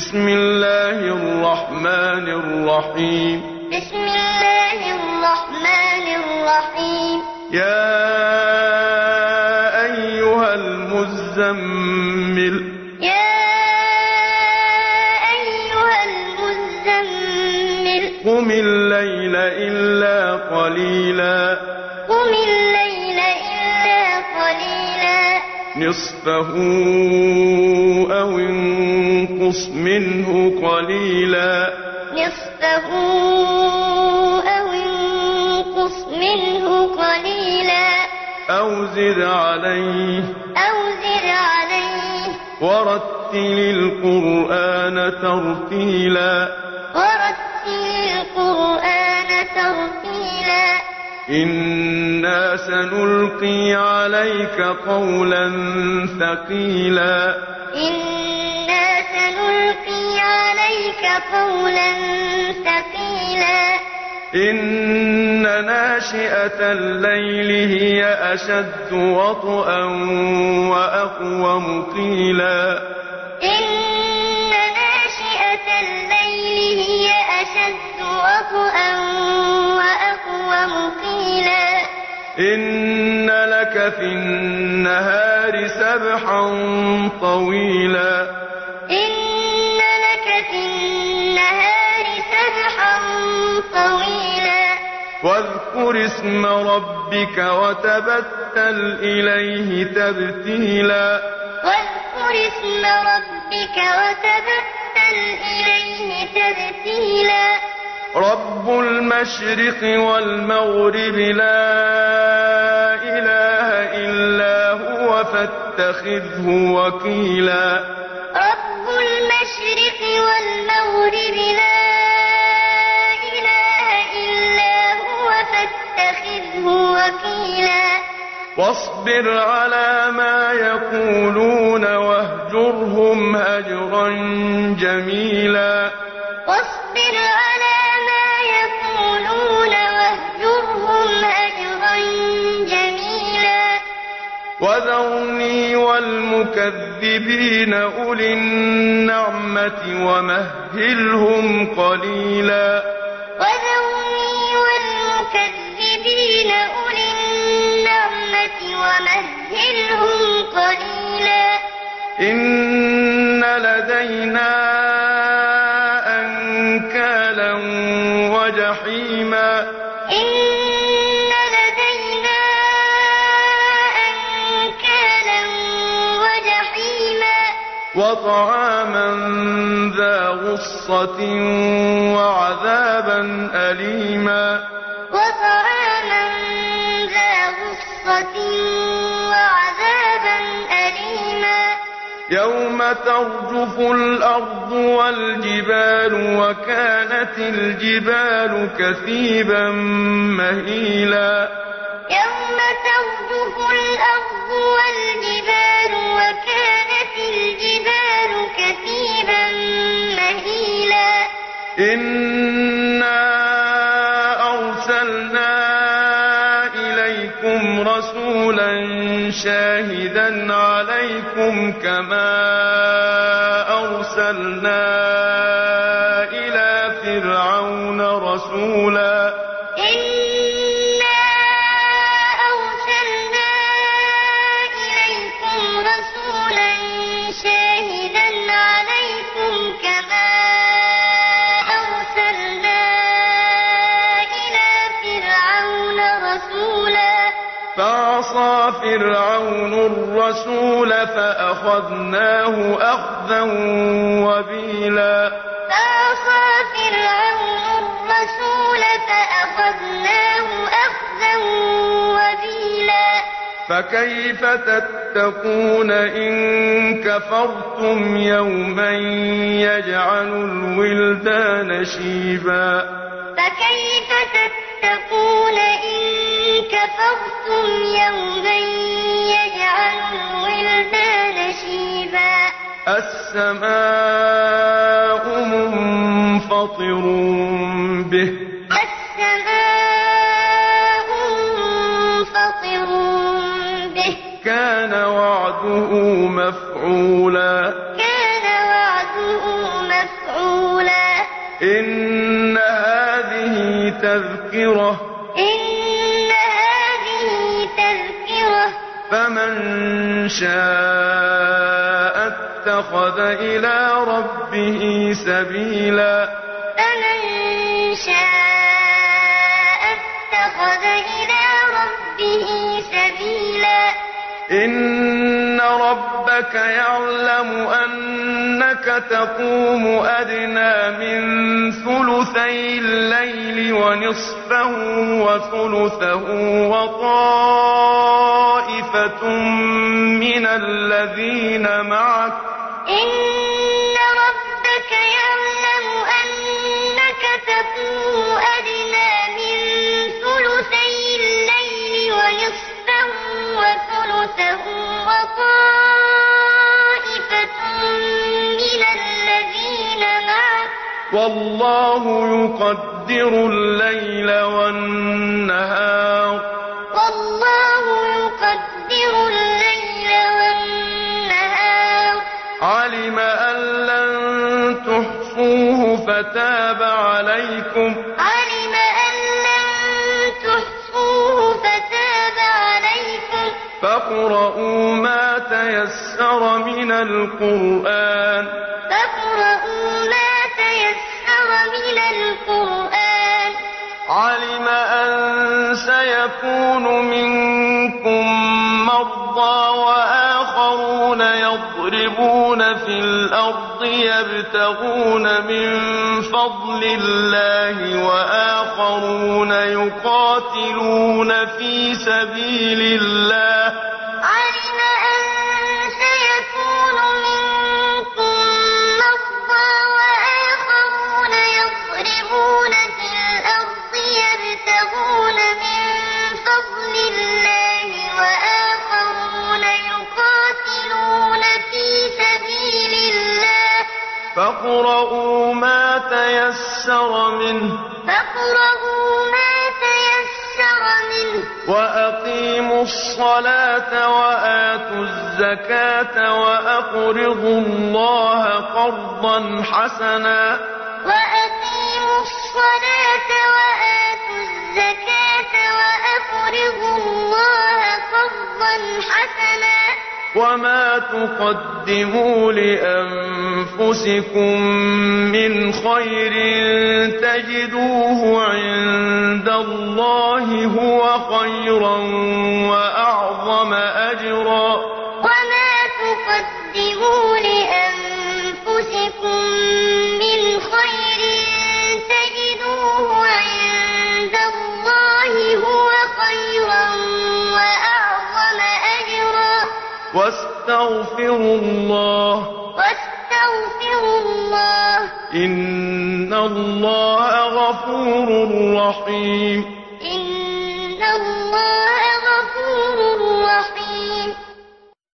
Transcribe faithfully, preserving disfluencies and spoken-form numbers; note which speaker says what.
Speaker 1: بسم الله الرحمن الرحيم
Speaker 2: بسم الله الرحمن الرحيم
Speaker 1: يا أيها المزمل
Speaker 2: يا أيها المزمل
Speaker 1: قم الليل إلا قليلا
Speaker 2: قم الليل إلا قليلا
Speaker 1: نصفه أو انقص منه قليلا
Speaker 2: نصفه أو انقص منه قليلا
Speaker 1: أو زد عليه
Speaker 2: أو زد عليه
Speaker 1: ورتل القرآن ترتيلا
Speaker 2: ورتل القرآن ترتيلا
Speaker 1: إنا سنلقي عليك قولا ثقيلا
Speaker 2: إنا سنلقي عليك قولا ثقيلا
Speaker 1: إن ناشئة الليل هي أشد وطئا وأقوم قيلا
Speaker 2: إن ناشئة الليل هي أشد وطئا وأقوم قيلا
Speaker 1: إن لك في النهار سبحا طويلا
Speaker 2: إن لك في النهار سبحا طويلا
Speaker 1: واذكر اسم ربك وتبتل إليه تبتيلا
Speaker 2: واذكر اسم ربك وتبتل إليه تبتيلا
Speaker 1: رب المشرق والمغرب لا إله إلا هو فاتخذه وكيلا
Speaker 2: رب المشرق والمغرب لا إله إلا هو فاتخذه وكيلا
Speaker 1: واصبر على ما يقولون واهجرهم هجرا جميلا
Speaker 2: واصبر على ما يقولون واهجرهم هجرا جميلا
Speaker 1: وذرني والمكذبين أولي النعمة ومهلهم قليلا
Speaker 2: وذرني والمكذبين أولي النعمة ومهلهم قليلا
Speaker 1: إن لدينا أنكالا وجحيما
Speaker 2: إن لدينا أنكالا وجحيما
Speaker 1: وطعاما ذا غصة وعذابا أليما
Speaker 2: وطعاما ذا غصة وعذابا أليما
Speaker 1: يوم ترجف الأرض والجبال وكانت الجبال كثيبا مهيلا
Speaker 2: يوم ترجف الأرض والجبال وكانت الجبال كثيبا مهيلا
Speaker 1: إنا أرسلنا إليكم رسولا شاهدا عليكم كما أرسلنا إلى فرعون رسولا
Speaker 2: إنا أرسلنا إليكم رسولا شاهدا عليكم كما أرسلنا إلى فرعون رسولا
Speaker 1: فعصى فرعون الرسول فأخذناه أخذا وبيلا
Speaker 2: فعصى فرعون الرسول فأخذناه أخذا وبيلا
Speaker 1: فكيف تتقون إن كفرتم يوما يجعل الولدان شيبا
Speaker 2: فكيف تتقون إن كفرتم يوما يجعل الولدان شيبا
Speaker 1: السماء منفطر به
Speaker 2: السماء منفطر به
Speaker 1: كان وعده مفعولا
Speaker 2: كان وعده مفعولا
Speaker 1: إن هذه تذكرة
Speaker 2: إن هذه تذكرة
Speaker 1: فمن شاء اتخذ إلى ربه سبيلا
Speaker 2: فمن شاء اتخذ إلى ربه سبيلا
Speaker 1: إن ربك يعلم أنك تقوم أدنى من ثلثي الليل ونصفه وثلثه وطائفة من الذين معك
Speaker 2: إن ربك يعلم أنك تقوم أدنى من ثلثي الليل ونصفه وثلثه وطائفة من الذين معك
Speaker 1: والله يقدر الليل والنهار
Speaker 2: والله يقدر الليل والنهار
Speaker 1: علم أن لن تحصوه فتاب عليكم
Speaker 2: علم أن لن تحصوه فتاب عليكم
Speaker 1: فاقرؤوا ما تيسر من القرآن
Speaker 2: فاقرؤوا ما تيسر من القرآن
Speaker 1: علم أن سيكون منكم مرضى وآخرون يضربون في الأرض يبتغون من فضل الله وآخرون يقاتلون في سبيل الله
Speaker 2: علم أن سيكون منكم مرضى وآخرون يضربون في الأرض يبتغون من فضل الله وآخرون يقاتلون في سبيل الله
Speaker 1: فاقرؤوا ما تيسر منه
Speaker 2: فاقرؤوا ما تيسر منه
Speaker 1: وأقيموا الصلاة وآتوا الزكاة وأقرضوا الله قرضا حسنا
Speaker 2: وأقيموا الصلاة وآتوا الزكاة وأقرضوا الله قرضا حسنا
Speaker 1: وما تقدموا لأنفسكم من خير تجدوه عند الله هو خيرا وأعظم أجرا
Speaker 2: وما تقدموا لأنفسكم من خير تجدوه عند الله هو خيرا وأعظم أجرا
Speaker 1: واستغفروا الله
Speaker 2: واستغفروا الله
Speaker 1: إن الله غفور رحيم
Speaker 2: إن الله